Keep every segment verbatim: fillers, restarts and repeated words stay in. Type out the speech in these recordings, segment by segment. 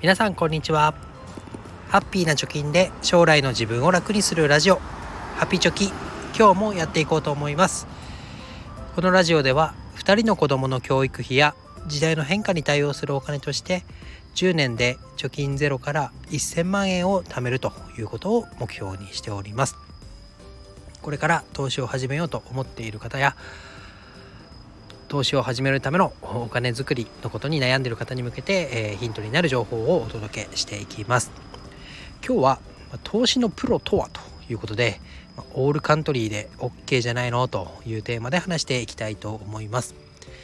皆さんこんにちは。ハッピーな貯金で将来の自分を楽にするラジオ、ハピチョキ、今日もやっていこうと思います。このラジオではふたりの子供の教育費や時代の変化に対応するお金としてじゅうねんで貯金ゼロからせんまんえんを貯めるということを目標にしております。これから投資を始めようと思っている方や投資を始めるためのお金作りのことに悩んでいる方に向けて、えー、ヒントになる情報をお届けしていきます。今日は投資のプロとはということで、オールカントリーで OK じゃないのというテーマで話していきたいと思います。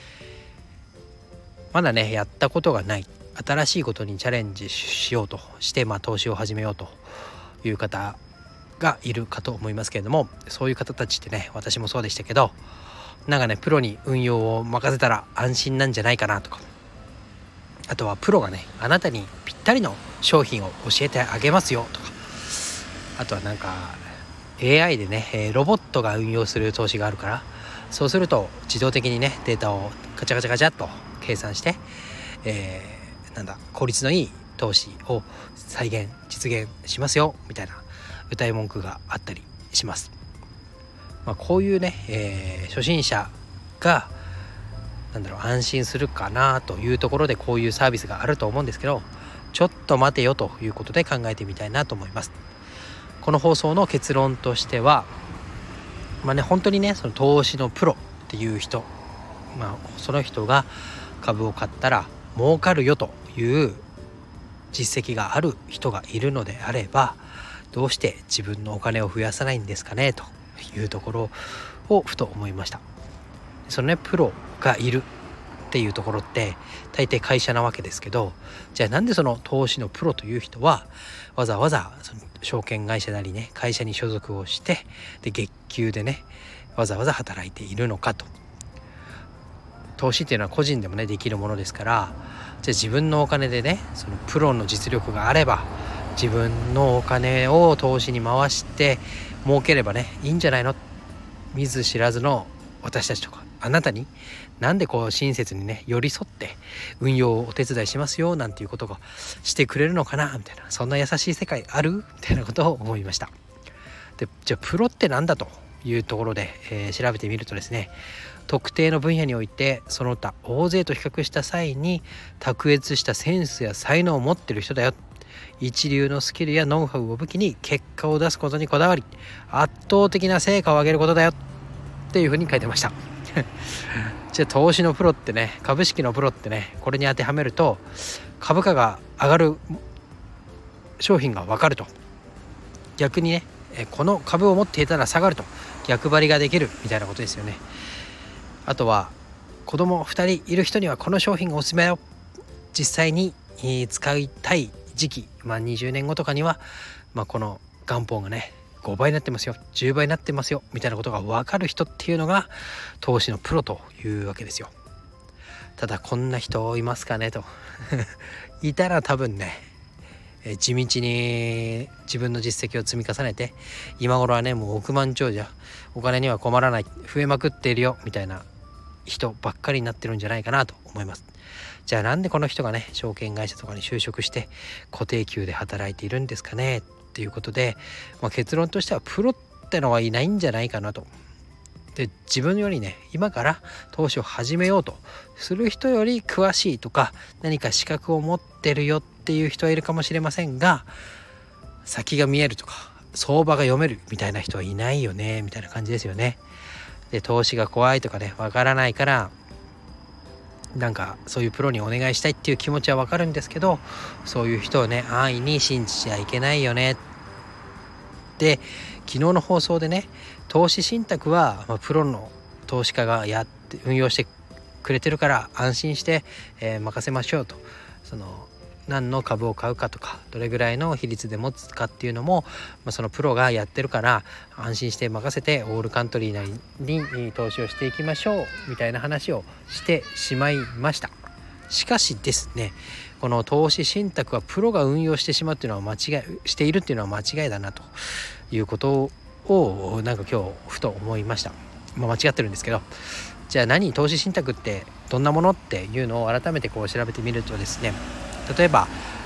まだねやったことがない新しいことにチャレンジしようとして、まあ、投資を始めようという方がいるかと思いますけれども、そういう方たちってね、私もそうでしたけど、なんかねプロに運用を任せたら安心なんじゃないかなとか、あとはプロがねあなたにぴったりの商品を教えてあげますよとか、あとはなんか エーアイ でねロボットが運用する投資があるから、そうすると自動的にねデータをガチャガチャガチャっと計算して、えー、なんだ効率のいい投資を再現実現しますよみたいな謳い文句があったりします。まあ、こういうね、えー、初心者がなんだろう安心するかなというところでこういうサービスがあると思うんですけど、ちょっと待てよということで考えてみたいなと思います。この放送の結論としては、まあね本当にねその投資のプロっていう人、まあ、その人が株を買ったら儲かるよという実績がある人がいるのであれば、どうして自分のお金を増やさないんですかねというところをふと思いました。そのねプロがいるっていうところって大抵会社なわけですけど、じゃあなんでその投資のプロという人はわざわざその証券会社なりね会社に所属をして、で月給でねわざわざ働いているのかと。投資っていうのは個人でもねできるものですから、じゃあ自分のお金でねそのプロの実力があれば自分のお金を投資に回して儲ければねいいんじゃないの。見ず知らずの私たちとかあなたになんでこう親切にね寄り添って運用をお手伝いしますよなんていうことがしてくれるのかなみたいな、そんな優しい世界あるみたいなことを思いました。でじゃあプロってなんだというところで、えー、調べてみるとですね、特定の分野においてその他大勢と比較した際に卓越したセンスや才能を持ってる人だよ。一流のスキルやノウハウを武器に結果を出すことにこだわり圧倒的な成果を上げることだよっていうふうに書いてましたじゃあ投資のプロってね、株式のプロってね、これに当てはめると株価が上がる商品が分かると、逆にねこの株を持っていたら下がると逆張りができるみたいなことですよね。あとは子供ふたりいる人にはこの商品がおすすめだよ、実際に使いたい時期、まあ、にじゅうねんごとかには、まあ、この元本がねごばいになってますよ、じゅうばいになってますよみたいなことが分かる人っていうのが投資のプロというわけですよ。ただこんな人いますかねといたら多分ね地道に自分の実績を積み重ねて今頃はねもう億万長者、お金には困らない、増えまくっているよみたいな人ばっかりになってるんじゃないかなと思います。じゃあなんでこの人がね証券会社とかに就職して固定給で働いているんですかねっていうことで、まあ、結論としてはプロってのはいないんじゃないかなと。で自分よりね今から投資を始めようとする人より詳しいとか何か資格を持ってるよっていう人はいるかもしれませんが、先が見えるとか相場が読めるみたいな人はいないよねみたいな感じですよね。で投資が怖いとかねわからないからなんかそういうプロにお願いしたいっていう気持ちはわかるんですけど、そういう人をね安易に信じちゃいけないよね。で昨日の放送でね投資信託は、まあ、プロの投資家がやって運用してくれてるから安心して、えー、任せましょうと、その何の株を買うかとかどれぐらいの比率で持つかっていうのも、まあ、そのプロがやってるから安心して任せてオールカントリーなりに投資をしていきましょうみたいな話をしてしまいました。しかしですね、この投資信託はプロが運用してしまうっていうのは間違いしているっていうのは間違いだなということをなんか今日ふと思いました。まあ、間違ってるんですけど、じゃあ何投資信託ってどんなものっていうのを改めてこう調べてみるとですね、例えば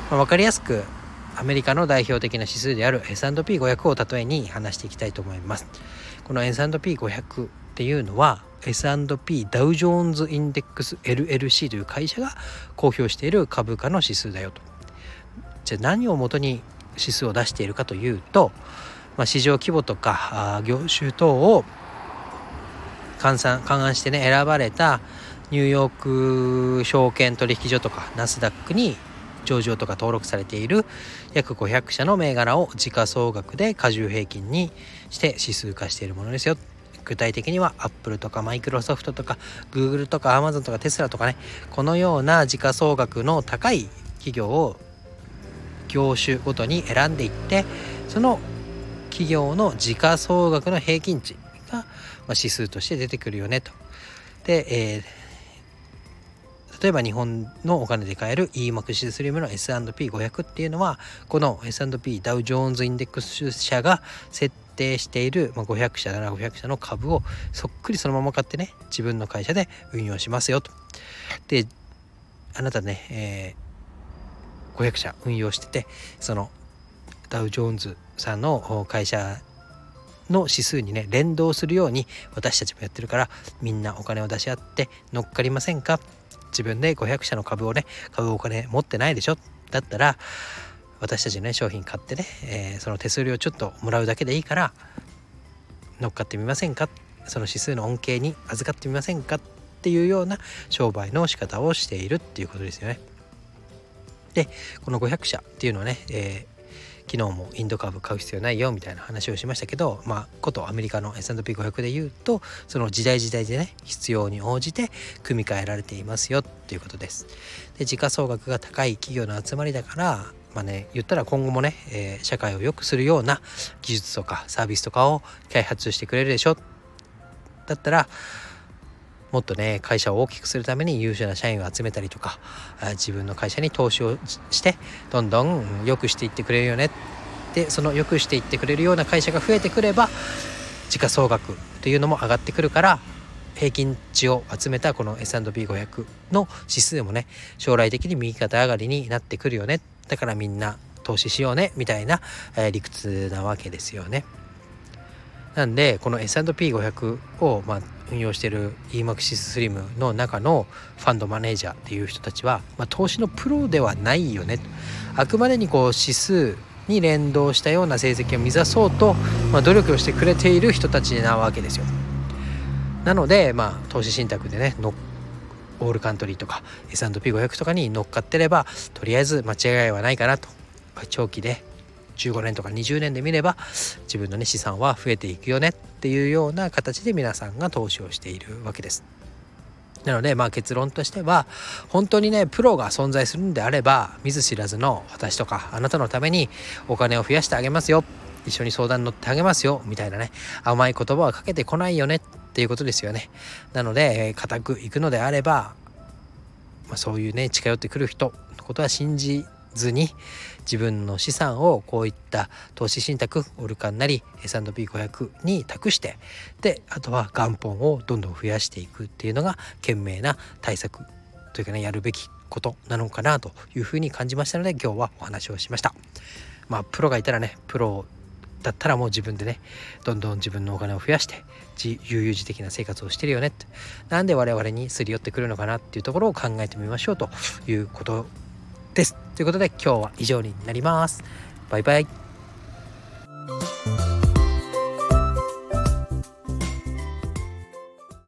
まあ、分かりやすくアメリカの代表的な指数である エスアンドピーごひゃく を例えに話していきたいと思います。この エスアンドピーごひゃく っていうのは エスアンドピー ダウジョーンズインデックス エルエルシー という会社が公表している株価の指数だよと。じゃあ何をもとに指数を出しているかというと、まあ、市場規模とか業種等を換算勘案してね選ばれたニューヨーク証券取引所とかナスダックに上場とか登録されている約ごひゃくしゃの銘柄を時価総額で加重平均にして指数化しているものですよ。具体的にはアップルとかマイクロソフトとかグーグルとかアマゾンとかテスラとかね、このような時価総額の高い企業を業種ごとに選んでいって、その企業の時価総額の平均値が指数として出てくるよねと。で、えー例えば日本のお金で買える イーマックス スリムの エスアンドピーごひゃく っていうのは、この エスアンドピー ダウジョーンズインデックス社が設定しているごひゃくしゃならごひゃくしゃの株をそっくりそのまま買ってね、自分の会社で運用しますよと。で、あなたね、えー、ごひゃくしゃ運用してて、そのダウジョーンズさんの会社の指数にね連動するように私たちもやってるから、みんなお金を出し合って乗っかりませんか。自分でごひゃくしゃの株をね買うお金持ってないでしょ。だったら私たちのね商品買ってね、えー、その手数料ちょっともらうだけでいいから乗っかってみませんか。その指数の恩恵に預かってみませんかっていうような商売の仕方をしているっていうことですよね。で、このごひゃくしゃっていうのはね、えー昨日もインド株買う必要ないよみたいな話をしましたけど、まあことアメリカの エスアンドピーごひゃく で言うと、その時代時代でね必要に応じて組み替えられていますよっていうことです。で、時価総額が高い企業の集まりだから、まあね言ったら今後もね、えー、社会を良くするような技術とかサービスとかを開発してくれるでしょ。だったらもっとね会社を大きくするために優秀な社員を集めたりとか、自分の会社に投資をしてどんどん良くしていってくれるよね。で、その良くしていってくれるような会社が増えてくれば時価総額というのも上がってくるから、平均値を集めたこの エスアンドピーごひゃく の指数もね将来的に右肩上がりになってくるよね。だからみんな投資しようねみたいな、えー、理屈なわけですよね。なんでこの エスアンドピーごひゃく をまあ運用している イーマックス スリムの中のファンドマネージャーっていう人たちは、まあ、投資のプロではないよね。あくまでにこう指数に連動したような成績を目指そうと、まあ、努力をしてくれている人たちなわけですよ。なのでまあ投資信託でねのオールカントリーとか エスアンドピーごひゃく とかに乗っかってればとりあえず間違いはないかなと。長期でじゅうごねんとかにじゅうねんで見れば自分の、ね、資産は増えていくよねっていうような形で皆さんが投資をしているわけです。なのでまあ結論としては、本当にねプロが存在するんであれば、見ず知らずの私とかあなたのためにお金を増やしてあげますよ、一緒に相談に乗ってあげますよみたいなね甘い言葉はかけてこないよねっていうことですよね。なので固くいくのであれば、まあ、そういうね近寄ってくる人のことは信じずに、自分の資産をこういった投資信託オルカンなり エスアンドピーごひゃく に託して、であとは元本をどんどん増やしていくっていうのが賢明な対策というかねやるべきことなのかなというふうに感じましたので、今日はお話をしました。まあプロがいたらね、プロだったらもう自分でねどんどん自分のお金を増やして悠々自適な生活をしてるよねって、なんで我々にすり寄ってくるのかなっていうところを考えてみましょうということです。ということで今日は以上になります。バイバイ。